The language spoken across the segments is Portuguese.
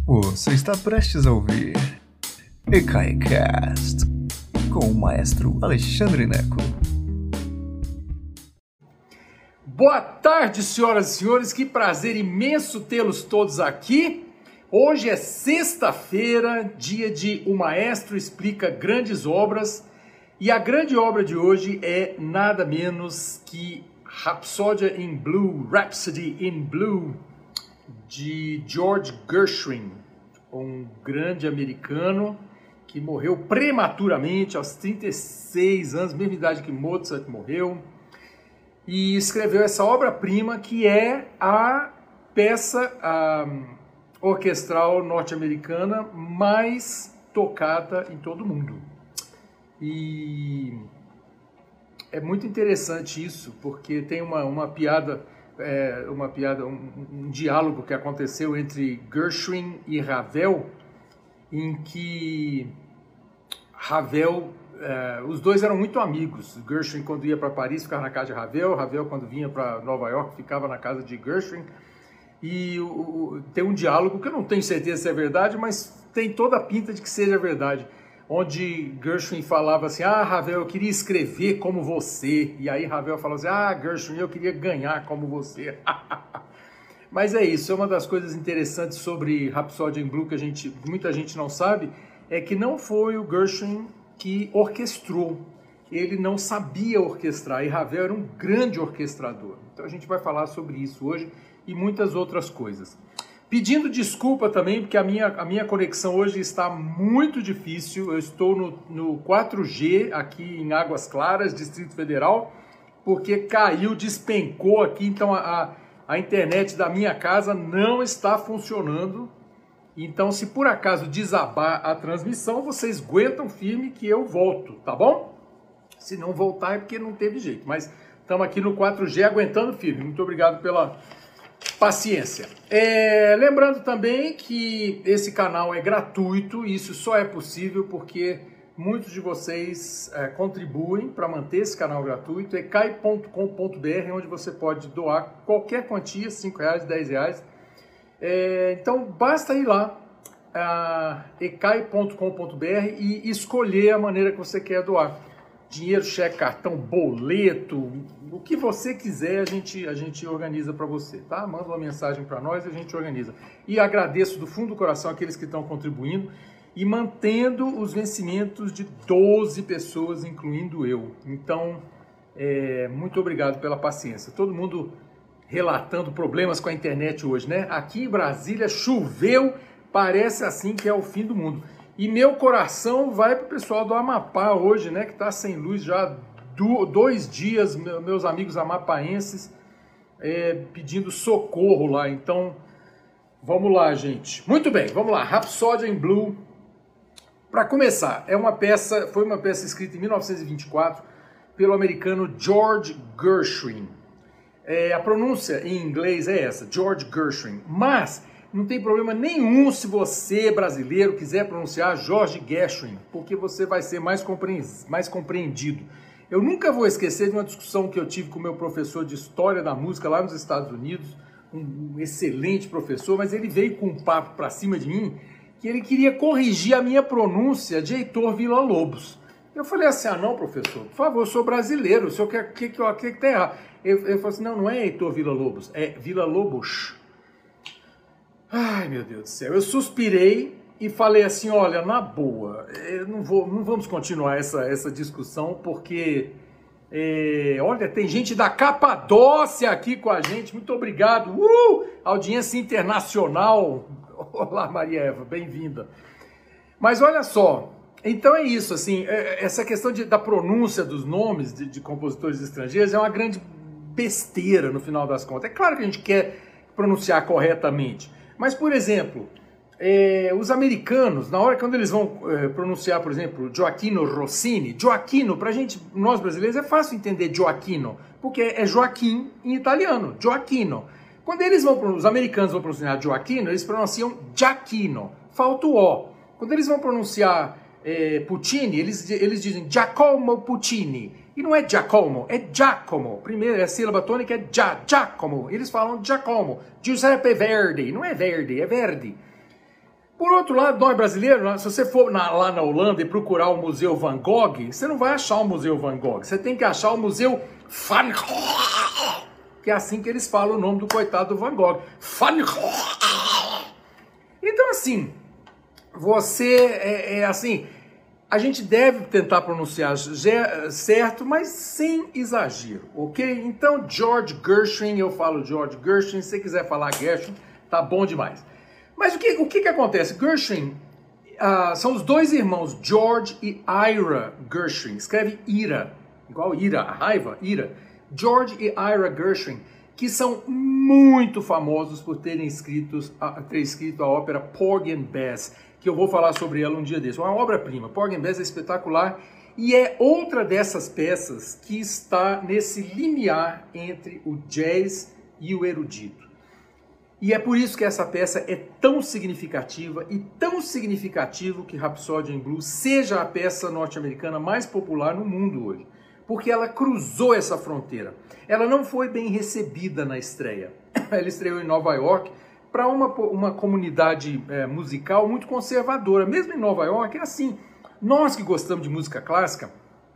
Você está prestes a ouvir EKAICAST com o maestro Alexandre Neco. Boa tarde, senhoras e senhores, que prazer imenso tê-los todos aqui. Hoje é sexta-feira, dia de O Maestro Explica Grandes Obras, e a grande obra de hoje é nada menos que Rhapsody in Blue, de George Gershwin, um grande americano que morreu prematuramente aos 36 anos, mesma idade que Mozart morreu, e escreveu essa obra-prima que é a peça orquestral norte-americana mais tocada em todo o mundo. E é muito interessante isso, porque tem uma piada, um diálogo que aconteceu entre Gershwin e Ravel, em que Ravel, os dois eram muito amigos. Gershwin, quando ia para Paris, ficava na casa de Ravel. Ravel, quando vinha para Nova York, ficava na casa de Gershwin. E tem um diálogo que eu não tenho certeza se é verdade, mas tem toda a pinta de que seja verdade, onde Gershwin falava assim: Ravel, eu queria escrever como você. E aí Ravel falava assim: Gershwin, eu queria ganhar como você. Mas é isso, é uma das coisas interessantes sobre Rhapsody in Blue que muita gente não sabe, é que não foi o Gershwin que orquestrou. Ele não sabia orquestrar, e Ravel era um grande orquestrador. Então a gente vai falar sobre isso hoje e muitas outras coisas. Pedindo desculpa também, porque a minha conexão hoje está muito difícil. Eu estou no 4G aqui em Águas Claras, Distrito Federal, porque caiu, despencou aqui, então a internet da minha casa não está funcionando. Então, se por acaso desabar a transmissão, vocês aguentam firme que eu volto, tá bom? Se não voltar é porque não teve jeito, mas estamos aqui no 4G aguentando firme. Muito obrigado pela paciência. Lembrando também que esse canal é gratuito, e isso só é possível porque muitos de vocês contribuem para manter esse canal gratuito. ecai.com.br, onde você pode doar qualquer quantia, R$5, R$10. Então basta ir lá, ecai.com.br, e escolher a maneira que você quer doar. Dinheiro, cheque, cartão, boleto, o que você quiser a gente organiza para você, tá? Manda uma mensagem para nós e a gente organiza. E agradeço do fundo do coração aqueles que estão contribuindo e mantendo os vencimentos de 12 pessoas, incluindo eu. Então, muito obrigado pela paciência. Todo mundo relatando problemas com a internet hoje, né? Aqui em Brasília choveu, parece assim que é o fim do mundo. E meu coração vai para o pessoal do Amapá hoje, né? Que está sem luz já há 2 dias, meus amigos amapaenses pedindo socorro lá. Então, vamos lá, gente. Muito bem, vamos lá. Rhapsody in Blue. Para começar, foi uma peça escrita em 1924 pelo americano George Gershwin. A pronúncia em inglês é essa, George Gershwin, mas não tem problema nenhum se você, brasileiro, quiser pronunciar George Gershwin, porque você vai ser mais compreendido. Eu nunca vou esquecer de uma discussão que eu tive com o meu professor de História da Música lá nos Estados Unidos, um excelente professor, mas ele veio com um papo para cima de mim, que ele queria corrigir a minha pronúncia de Heitor Villa-Lobos. Eu falei assim: não, professor, por favor, eu sou brasileiro, o senhor quer que tá errado? Ele falou assim: não é Heitor Villa-Lobos, é Villa-Lobos. Ai, meu Deus do céu. Eu suspirei e falei assim: olha, na boa, não vamos continuar essa discussão, porque, olha, tem gente da Capadócia aqui com a gente, muito obrigado, audiência internacional. Olá, Maria Eva, bem-vinda. Mas olha só, então é isso, assim, essa questão da pronúncia dos nomes de compositores estrangeiros é uma grande besteira no final das contas. É claro que a gente quer pronunciar corretamente, mas, por exemplo, os americanos, na hora quando eles vão pronunciar, por exemplo, Gioachino Rossini, Gioachino, pra gente, nós brasileiros, é fácil entender Gioachino, porque é Joaquim em italiano, Gioachino. Quando os americanos vão pronunciar Gioachino, eles pronunciam Giacchino, falta o O. Quando eles vão pronunciar Puccini, eles dizem Giacomo Puccini. E não é Giacomo, é Giacomo. Primeiro, a sílaba tônica é Giacomo. Eles falam Giacomo. Giuseppe Verdi. Não é Verdi, é Verdi. Por outro lado, nós brasileiros, se você for lá na Holanda e procurar o Museu Van Gogh, você não vai achar o Museu Van Gogh, você tem que achar o Museu Van Gogh, que é assim que eles falam o nome do coitado do Van Gogh. Van Gogh. Então, assim, assim, a gente deve tentar pronunciar certo, mas sem exagero, ok? Então, George Gershwin, eu falo George Gershwin, se você quiser falar Gershwin, tá bom demais. Mas o que acontece? Gershwin, são os dois irmãos, George e Ira Gershwin, escreve Ira, igual ira, a raiva, ira. George e Ira Gershwin, que são muito famosos por ter escrito a ópera Porgy and Bess, que eu vou falar sobre ela um dia desse. Uma obra-prima. Porgy and Bess é espetacular e é outra dessas peças que está nesse limiar entre o jazz e o erudito. E é por isso que essa peça é tão significativa e tão significativo que Rhapsody in Blue seja a peça norte-americana mais popular no mundo hoje. Porque ela cruzou essa fronteira. Ela não foi bem recebida na estreia. Ela estreou em Nova York para uma comunidade musical muito conservadora. Mesmo em Nova York é assim. Nós que gostamos de música clássica,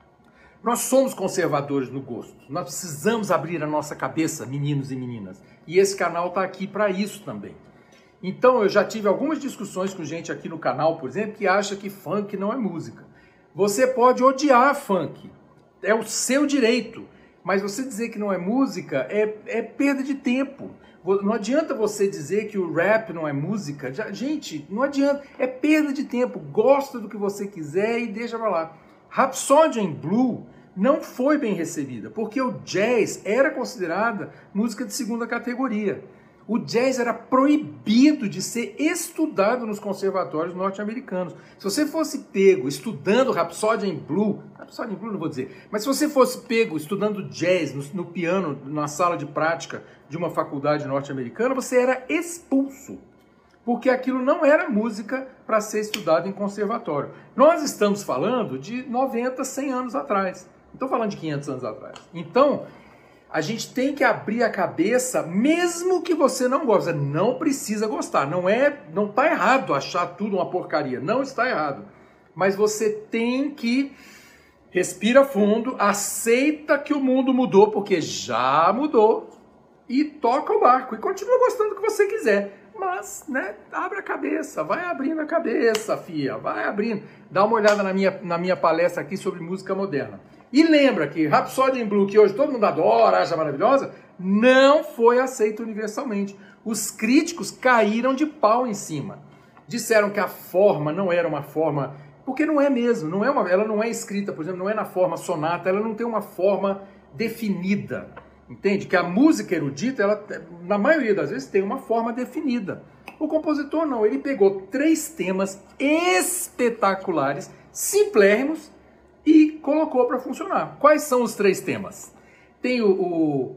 nós somos conservadores no gosto. Nós precisamos abrir a nossa cabeça, meninos e meninas. E esse canal está aqui para isso também. Então eu já tive algumas discussões com gente aqui no canal, por exemplo, que acha que funk não é música. Você pode odiar funk, é o seu direito. Mas você dizer que não é música é perda de tempo. Não adianta você dizer que o rap não é música. Gente, não adianta. É perda de tempo. Gosta do que você quiser e deixa pra lá. Rhapsody in Blue não foi bem recebida, porque o jazz era considerada música de segunda categoria. O jazz era proibido de ser estudado nos conservatórios norte-americanos. Se você fosse pego estudando Rhapsody in Blue não vou dizer, mas se você fosse pego estudando jazz no piano, na sala de prática de uma faculdade norte-americana, você era expulso, porque aquilo não era música para ser estudado em conservatório. Nós estamos falando de 90, 100 anos atrás. Não estou falando de 500 anos atrás. Então, a gente tem que abrir a cabeça, mesmo que você não goste. Não precisa gostar. Não está errado achar tudo uma porcaria. Não está errado. Mas você tem que respira fundo, aceita que o mundo mudou, porque já mudou, e toca o barco. E continua gostando do que você quiser. Mas, né, abre a cabeça, vai abrindo a cabeça, fia, vai abrindo. Dá uma olhada na minha palestra aqui sobre música moderna. E lembra que Rhapsody in Blue, que hoje todo mundo adora, acha maravilhosa, não foi aceita universalmente. Os críticos caíram de pau em cima. Disseram que a forma não era uma forma... Porque não é mesmo, ela não é escrita, por exemplo, não é na forma sonata, ela não tem uma forma definida. Entende? Que a música erudita, ela, na maioria das vezes, tem uma forma definida. O compositor não, ele pegou 3 temas espetaculares, simplérrimos, e colocou para funcionar. Quais são os 3 temas? Tem o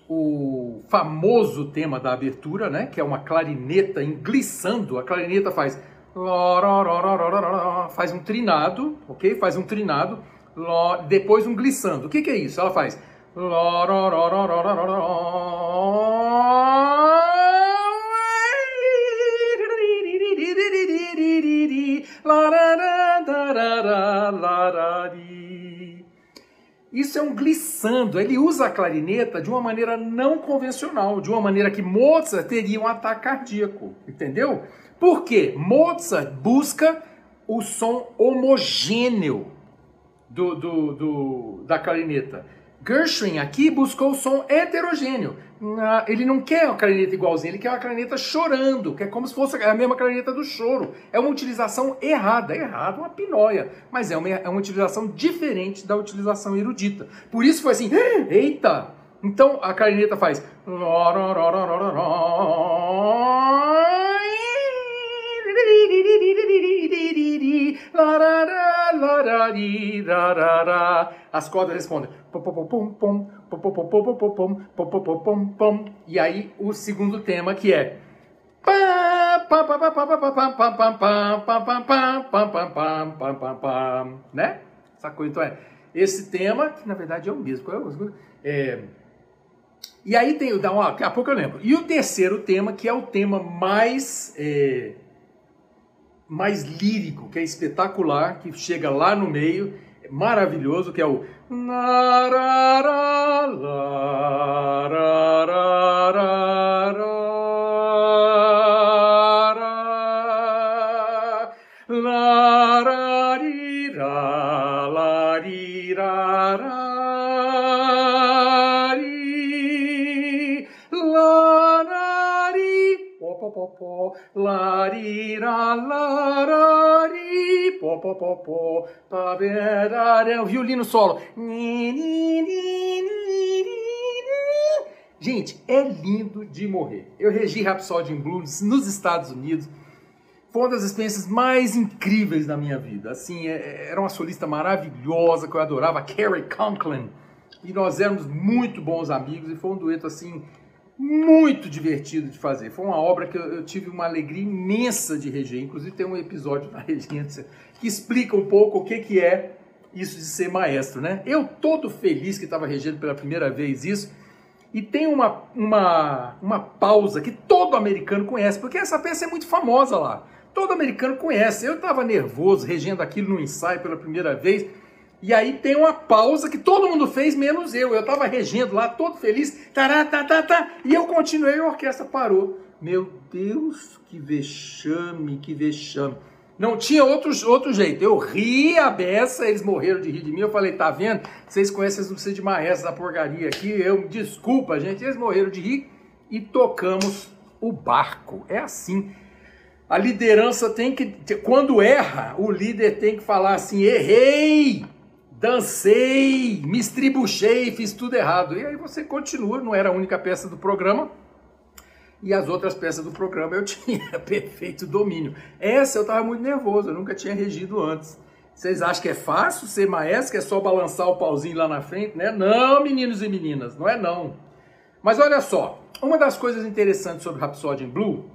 famoso tema da abertura, né? Que é uma clarineta glissando. A clarineta faz um trinado, ok? Faz um trinado, depois um glissando. O que é isso? Ela faz isso é um glissando. Ele usa a clarineta de uma maneira não convencional, de uma maneira que Mozart teria um ataque cardíaco, entendeu? Por quê? Mozart busca o som homogêneo da clarineta. Gershwin aqui buscou o som heterogêneo. Ele não quer uma clarineta igualzinha, ele quer uma clarineta chorando, que é como se fosse a mesma clarineta do choro. É uma utilização errada, uma pinóia, mas é uma utilização diferente da utilização erudita. Por isso foi assim, eita! Então a clarineta faz... As cordas respondem. E aí o segundo tema que é... Né? Sacou? Então é esse tema, que na verdade é o mesmo. E aí tem... Daqui a pouco eu lembro. E o terceiro tema, que é o tema mais... mais lírico, que é espetacular, que chega lá no meio, é maravilhoso, que é o o violino solo. Gente, é lindo de morrer. Eu regi Rhapsody in Blue nos Estados Unidos. Foi uma das experiências mais incríveis da minha vida. Assim, era uma solista maravilhosa que eu adorava, Carrie Conklin. E nós éramos muito bons amigos e foi um dueto assim muito divertido de fazer. Foi uma obra que eu tive uma alegria imensa de reger. Inclusive tem um episódio na regência que explica um pouco o que é isso de ser maestro, né? Eu todo feliz que estava regendo pela primeira vez isso. E tem uma pausa que todo americano conhece, porque essa peça é muito famosa lá. Todo americano conhece. Eu estava nervoso regendo aquilo no ensaio pela primeira vez. E aí tem uma pausa que todo mundo fez, menos eu. Eu estava regendo lá, todo feliz, e eu continuei e a orquestra parou. Meu Deus, que vexame, que vexame. Não tinha outro jeito. Eu ri a beça, eles morreram de rir de mim. Eu falei, tá vendo? Vocês conhecem, vocês não precisam de maestro da porcaria aqui. Desculpa, gente. Eles morreram de rir e tocamos o barco. É assim. A liderança tem que... Quando erra, o líder tem que falar assim, errei! Dancei, me estribuchei, fiz tudo errado. E aí você continua, não era a única peça do programa. E as outras peças do programa eu tinha perfeito domínio. Essa eu estava muito nervoso, eu nunca tinha regido antes. Vocês acham que é fácil ser maestro, que é só balançar o pauzinho lá na frente, né? Não, meninos e meninas, não é não. Mas olha só, uma das coisas interessantes sobre Rhapsody in Blue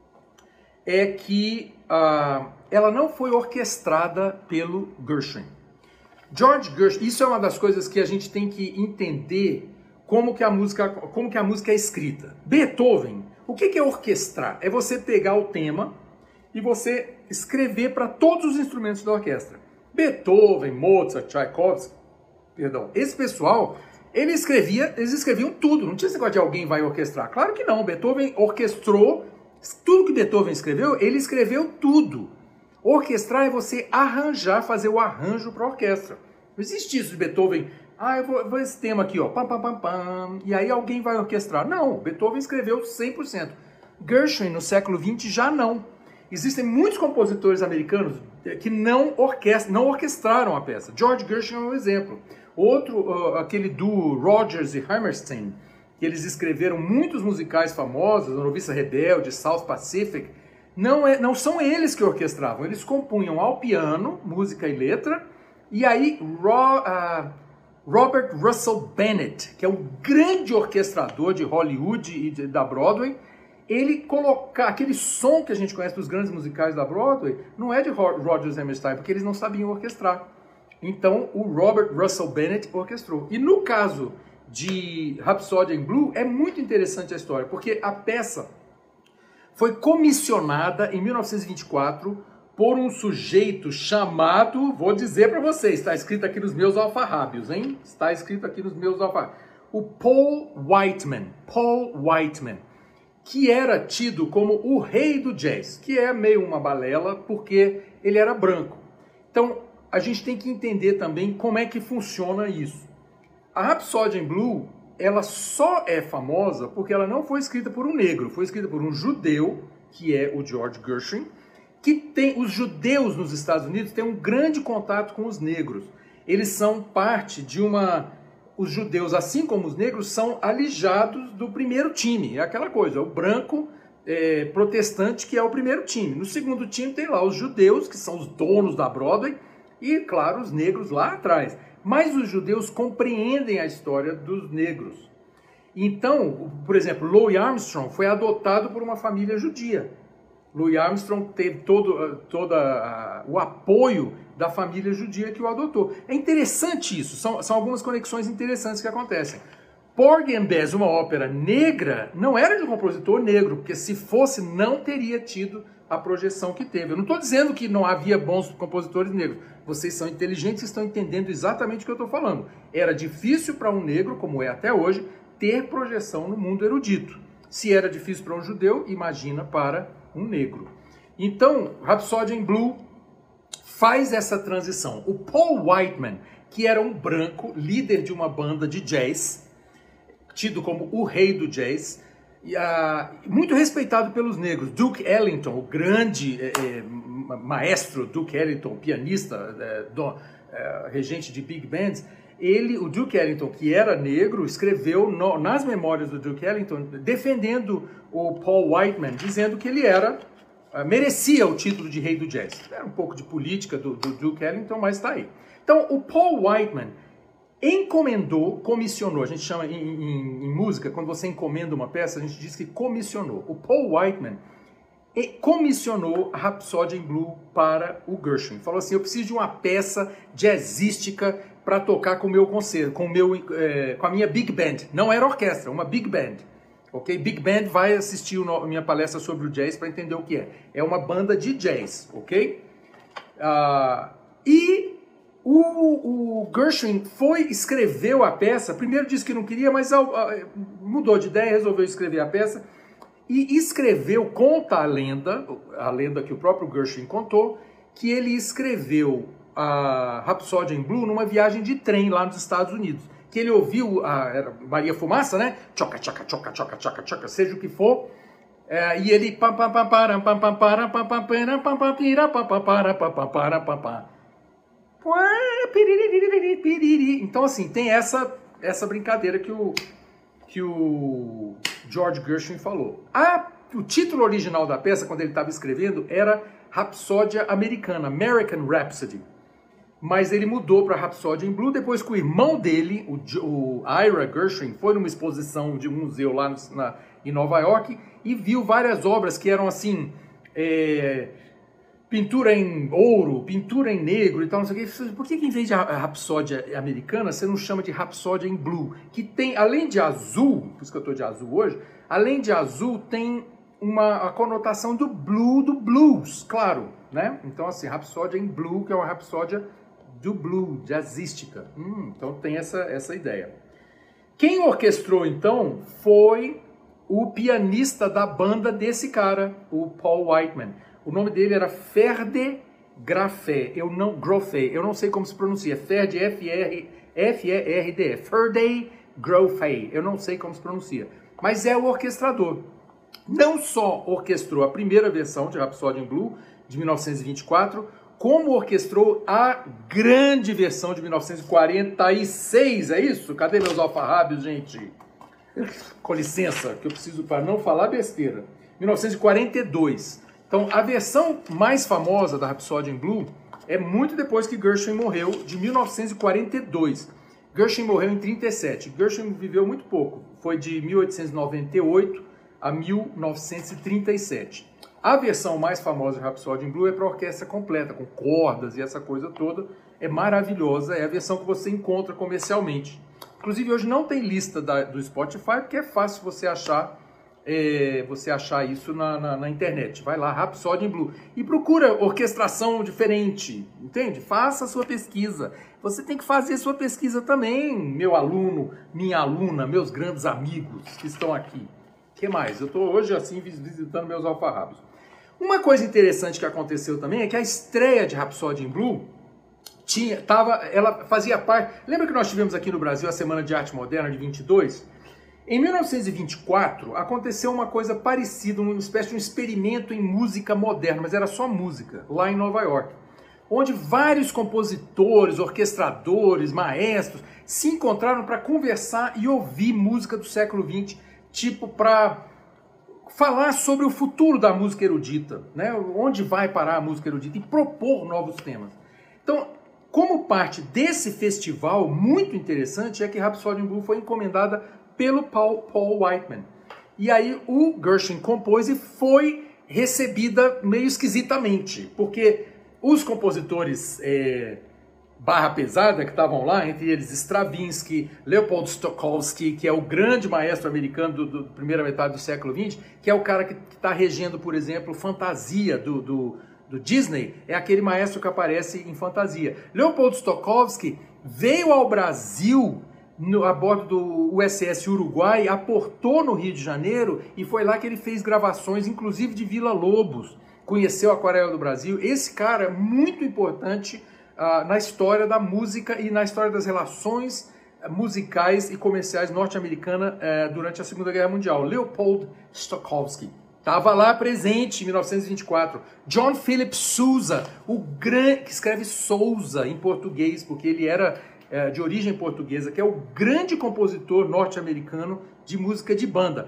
é que ela não foi orquestrada pelo Gershwin. George Gershwin, isso é uma das coisas que a gente tem que entender como que a música é escrita. Beethoven, o que é orquestrar? É você pegar o tema e você escrever para todos os instrumentos da orquestra. Beethoven, Mozart, Tchaikovsky, esse pessoal, eles escreviam tudo, não tinha esse negócio de alguém vai orquestrar. Claro que não, Beethoven orquestrou, tudo que Beethoven escreveu, ele escreveu tudo. Orquestrar é você arranjar, fazer o arranjo para a orquestra. Não existe isso de Beethoven, eu vou esse tema aqui, ó, pam, pam, pam, pam, e aí alguém vai orquestrar. Não, Beethoven escreveu 100%. Gershwin, no século XX, já não. Existem muitos compositores americanos que não orquestraram a peça. George Gershwin é um exemplo. Outro, aquele duo Rodgers e Hammerstein, que eles escreveram muitos musicais famosos, A Noviça Rebelde, South Pacific, não são eles que orquestravam, eles compunham ao piano, música e letra, e aí Robert Russell Bennett, que é um grande orquestrador de Hollywood e da Broadway, ele colocar aquele som que a gente conhece dos grandes musicais da Broadway, não é de Rodgers e Hammerstein, porque eles não sabiam orquestrar. Então o Robert Russell Bennett orquestrou. E no caso de Rhapsody in Blue, é muito interessante a história, porque a peça foi comissionada em 1924 por um sujeito chamado, vou dizer para vocês, está escrito aqui nos meus alfarrábios, hein? Está escrito aqui nos meus alfarrábios. O Paul Whiteman, que era tido como o rei do jazz, que é meio uma balela, porque ele era branco. Então, a gente tem que entender também como é que funciona isso. A Rhapsody in Blue, ela só é famosa porque ela não foi escrita por um negro, foi escrita por um judeu, que é o George Gershwin, que tem, os judeus nos Estados Unidos têm um grande contato com os negros. Eles são parte de os judeus, assim como os negros, são alijados do primeiro time. É aquela coisa, o branco protestante que é o primeiro time. No segundo time tem lá os judeus, que são os donos da Broadway, e, claro, os negros lá atrás. Mas os judeus compreendem a história dos negros. Então, por exemplo, Louis Armstrong foi adotado por uma família judia. Louis Armstrong teve todo o apoio da família judia que o adotou. É interessante isso, são algumas conexões interessantes que acontecem. Porgy and Bess, uma ópera negra, não era de um compositor negro, porque se fosse, não teria tido a projeção que teve. Eu não estou dizendo que não havia bons compositores negros. Vocês são inteligentes e estão entendendo exatamente o que eu estou falando. Era difícil para um negro, como é até hoje, ter projeção no mundo erudito. Se era difícil para um judeu, imagina para um negro. Então, Rhapsody in Blue faz essa transição. O Paul Whiteman, que era um branco, líder de uma banda de jazz, tido como o rei do jazz, muito respeitado pelos negros. Duke Ellington, o grande maestro Duke Ellington, pianista, regente de big bands, o Duke Ellington, que era negro, escreveu nas memórias do Duke Ellington, defendendo o Paul Whiteman, dizendo que ele merecia o título de rei do jazz. Era um pouco de política do Duke Ellington, mas está aí. Então, o Paul Whiteman comissionou, a gente chama em música, quando você encomenda uma peça, a gente diz que comissionou. O Paul Whiteman comissionou a Rhapsody in Blue para o Gershwin. Falou assim, eu preciso de uma peça jazzística para tocar com o meu concerto, com a minha big band. Não era orquestra, uma big band. Ok? Big band vai assistir a minha palestra sobre o jazz para entender o que é. É uma banda de jazz, ok? O Gershwin escreveu a peça, primeiro disse que não queria, mas mudou de ideia, resolveu escrever a peça, e escreveu, conta a lenda que o próprio Gershwin contou, que ele escreveu a Rhapsody in Blue numa viagem de trem lá nos Estados Unidos, que ele ouviu era Maria Fumaça, né? Choca, choca, choca, choca, choca, choca, seja o que for, e ele então assim, tem essa brincadeira que o George Gershwin falou. O título original da peça, quando ele estava escrevendo, era Rapsódia Americana, American Rhapsody. Mas ele mudou para Rhapsody in Blue depois que o irmão dele, o Ira Gershwin, foi numa exposição de um museu lá em Nova York e viu várias obras que eram assim, pintura em ouro, pintura em negro e tal, não sei o que. Por que em vez de Rapsódia Americana, você não chama de Rhapsody in Blue? Que tem, além de azul, por isso que eu estou de azul hoje, além de azul tem a conotação do blues, claro, né? Então assim, Rhapsody in Blue, que é uma rapsódia do blues, jazzística. Então tem essa ideia. Quem orquestrou então foi o pianista da banda desse cara, o Paul Whiteman. O nome dele era Ferde Grafé, eu não sei como se pronuncia, Ferde, F-E-R-D-E, Ferde Grafé, eu não sei como se pronuncia, mas é o orquestrador. Não só orquestrou a primeira versão de Rhapsody in Blue, de 1924, como orquestrou a grande versão de 1946, é isso? Cadê meus alfarrábios, gente? Com licença, que eu preciso para não falar besteira. 1942. Então, a versão mais famosa da Rhapsody in Blue é muito depois que Gershwin morreu, de 1942. Gershwin morreu em 1937. Gershwin viveu muito pouco, foi de 1898 a 1937. A versão mais famosa de Rhapsody in Blue é para orquestra completa, com cordas e essa coisa toda. É maravilhosa, é a versão que você encontra comercialmente. Inclusive, hoje não tem lista do Spotify, porque é fácil você achar isso na internet. Vai lá, Rhapsody in Blue, e procura orquestração diferente, entende? Faça a sua pesquisa. Você tem que fazer a sua pesquisa também, meu aluno, minha aluna, meus grandes amigos que estão aqui. O que mais? Eu estou hoje assim visitando meus alfarrábios. Uma coisa interessante que aconteceu também é que a estreia de Rhapsody in Blue ela fazia parte... Lembra que nós tivemos aqui no Brasil a Semana de Arte Moderna de 22? Em 1924, aconteceu uma coisa parecida, uma espécie de um experimento em música moderna, mas era só música, lá em Nova York, onde vários compositores, orquestradores, maestros se encontraram para conversar e ouvir música do século XX, tipo para falar sobre o futuro da música erudita, né? Onde vai parar a música erudita e propor novos temas. Então, como parte desse festival muito interessante, é que Rhapsody in Blue foi encomendada pelo Paul Whiteman. E aí o Gershwin compôs e foi recebida meio esquisitamente, porque os compositores barra pesada que estavam lá, entre eles Stravinsky, Leopold Stokowski, que é o grande maestro americano da primeira metade do século XX, que é o cara que está regendo, por exemplo, Fantasia do Disney, é aquele maestro que aparece em Fantasia. Leopold Stokowski veio ao Brasil a bordo do USS Uruguai, aportou no Rio de Janeiro e foi lá que ele fez gravações, inclusive de Vila Lobos, conheceu a Aquarela do Brasil. Esse cara é muito importante na história da música e na história das relações musicais e comerciais norte-americanas durante a Segunda Guerra Mundial. Leopold Stokowski estava lá presente em 1924. John Philip Sousa, o grande, que escreve Sousa em português, porque ele era de origem portuguesa, que é o grande compositor norte-americano de música de banda.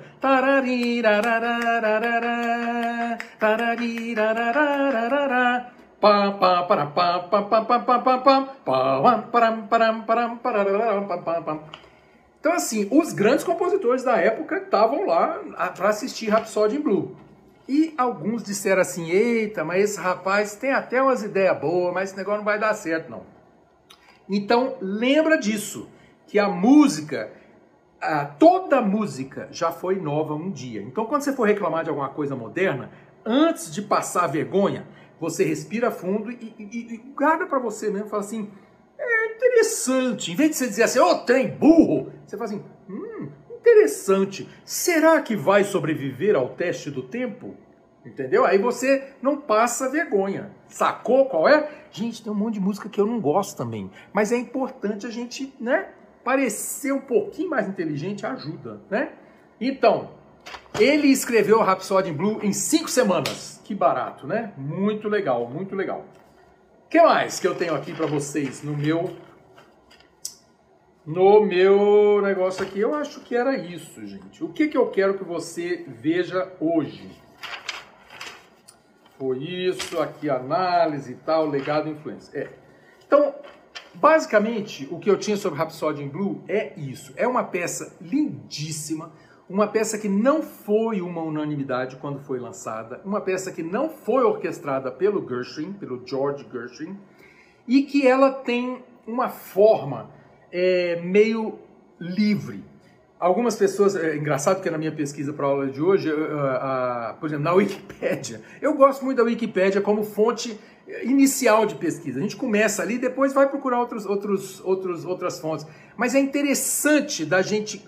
Então, assim, os grandes compositores da época estavam lá para assistir Rhapsody in Blue. E alguns disseram assim, eita, mas esse rapaz tem até umas ideias boas, mas esse negócio não vai dar certo, não. Então, lembra disso, que a música, toda música já foi nova um dia. Então, quando você for reclamar de alguma coisa moderna, antes de passar vergonha, você respira fundo e guarda para você mesmo, fala assim, é interessante. Em vez de você dizer assim, ô, trem burro, você fala assim, interessante. Será que vai sobreviver ao teste do tempo? Entendeu? Aí você não passa vergonha. Sacou qual é? Gente, tem um monte de música que eu não gosto também. Mas é importante a gente, né, parecer um pouquinho mais inteligente, ajuda, né? Então, ele escreveu o Rhapsody in Blue em 5 semanas. Que barato, né? Muito legal, muito legal. O que mais que eu tenho aqui para vocês no meu negócio aqui? Eu acho que era isso, gente. O que eu quero que você veja hoje? Foi isso, aqui análise e tal, legado e influência. Então, basicamente, o que eu tinha sobre Rhapsody in Blue é isso. É uma peça lindíssima, uma peça que não foi uma unanimidade quando foi lançada, uma peça que não foi orquestrada pelo Gershwin, pelo George Gershwin, e que ela tem uma forma meio livre. Algumas pessoas, é engraçado que na minha pesquisa para a aula de hoje, por exemplo, na Wikipédia, eu gosto muito da Wikipédia como fonte inicial de pesquisa. A gente começa ali e depois vai procurar outras fontes. Mas é interessante da gente...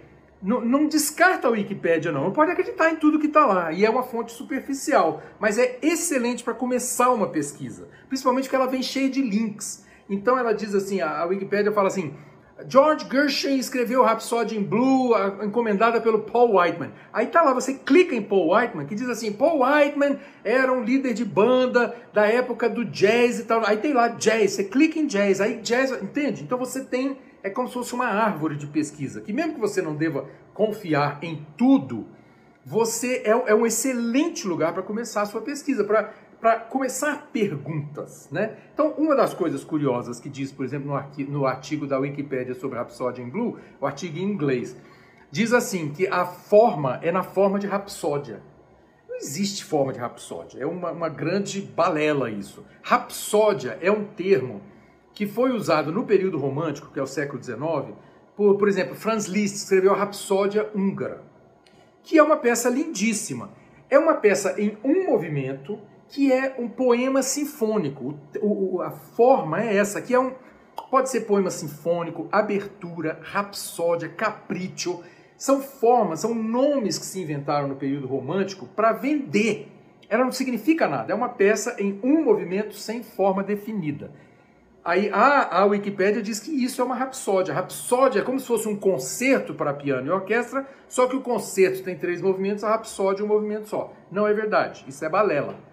não descarta a Wikipédia, não pode acreditar em tudo que está lá, e é uma fonte superficial, mas é excelente para começar uma pesquisa, principalmente porque ela vem cheia de links. Então ela diz assim, a Wikipédia fala assim, George Gershwin escreveu Rhapsody in Blue, encomendada pelo Paul Whiteman. Aí tá lá, você clica em Paul Whiteman, que diz assim, Paul Whiteman era um líder de banda da época do jazz e tal. Aí tem lá jazz, você clica em jazz, aí jazz, entende? Então você tem, é como se fosse uma árvore de pesquisa, que mesmo que você não deva confiar em tudo, você é um excelente lugar para começar a sua pesquisa, para começar perguntas, né? Então, uma das coisas curiosas que diz, por exemplo, no artigo da Wikipédia sobre Rhapsody in Blue, o artigo em inglês, diz assim, que a forma é na forma de rapsódia. Não existe forma de rapsódia, é uma grande balela isso. Rapsódia é um termo que foi usado no período romântico, que é o século XIX, por exemplo, Franz Liszt escreveu a Rapsódia Húngara, que é uma peça lindíssima. É uma peça em um movimento, que é um poema sinfônico. A forma é essa, que pode ser poema sinfônico, abertura, rapsódia, capriccio. São formas, são nomes que se inventaram no período romântico para vender. Ela não significa nada, é uma peça em um movimento sem forma definida. Aí a Wikipédia diz que isso é uma rapsódia. A rapsódia é como se fosse um concerto para piano e orquestra, só que o concerto tem 3 movimentos, a rapsódia é um movimento só. Não é verdade, isso é balela.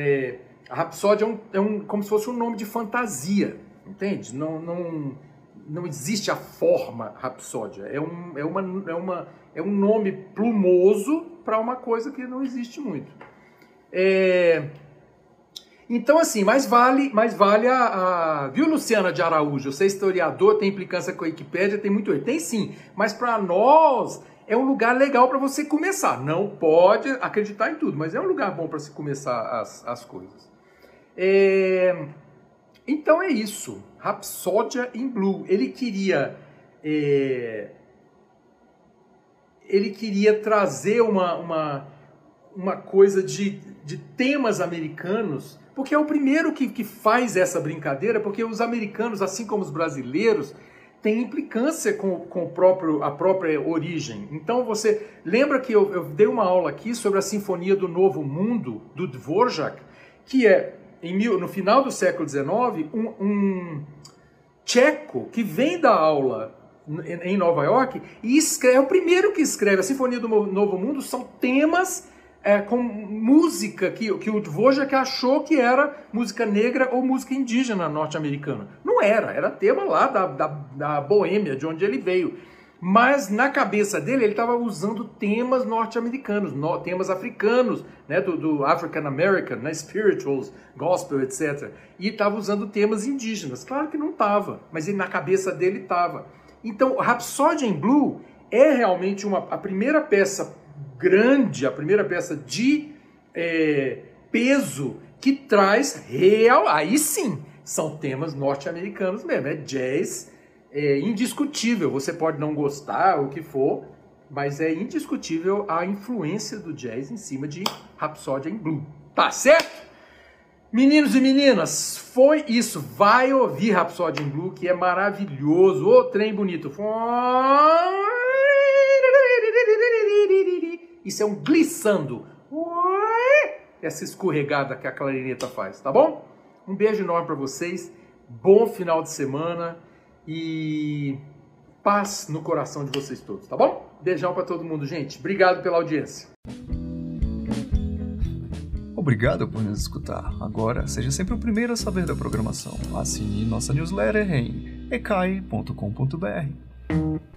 A rapsódia como se fosse um nome de fantasia, entende? Não existe a forma rapsódia, é um nome plumoso para uma coisa que não existe muito. Então assim, mais vale viu, Luciana de Araújo, você é historiador, tem implicância com a Wikipédia, tem muito erro. Tem sim, mas para nós é um lugar legal para você começar. Não pode acreditar em tudo, mas é um lugar bom para se começar as coisas. Então é isso, Rapsódia in Blue. Ele queria trazer uma coisa de temas americanos, porque é o primeiro que faz essa brincadeira, porque os americanos, assim como os brasileiros, têm implicância com a própria origem. Então você lembra que eu dei uma aula aqui sobre a Sinfonia do Novo Mundo, do Dvorak, que é, no final do século XIX, um tcheco que vem dar aula em Nova York e é o primeiro que escreve. A Sinfonia do Novo Mundo são temas com música que o Dvorak achou que era música negra ou música indígena norte-americana. Não era tema lá da Boêmia, de onde ele veio. Mas na cabeça dele, ele estava usando temas norte-americanos, temas africanos, né, do African American, né, spirituals, gospel, etc. E estava usando temas indígenas. Claro que não estava, mas na cabeça dele estava. Então, Rhapsody in Blue é realmente a primeira peça grande, a primeira peça de peso que traz aí sim, são temas norte-americanos mesmo, é jazz. É indiscutível, você pode não gostar, o que for, mas é indiscutível a influência do jazz em cima de Rhapsody in Blue. Tá certo? Meninos e meninas, foi isso. Vai ouvir Rhapsody in Blue, que é maravilhoso. Ô, trem bonito. Isso é um glissando. Essa escorregada que a clarineta faz, tá bom? Um beijo enorme para vocês. Bom final de semana. E paz no coração de vocês todos, tá bom? Beijão pra todo mundo, gente. Obrigado pela audiência. Obrigado por nos escutar. Agora, seja sempre o primeiro a saber da programação. Assine nossa newsletter em ecai.com.br.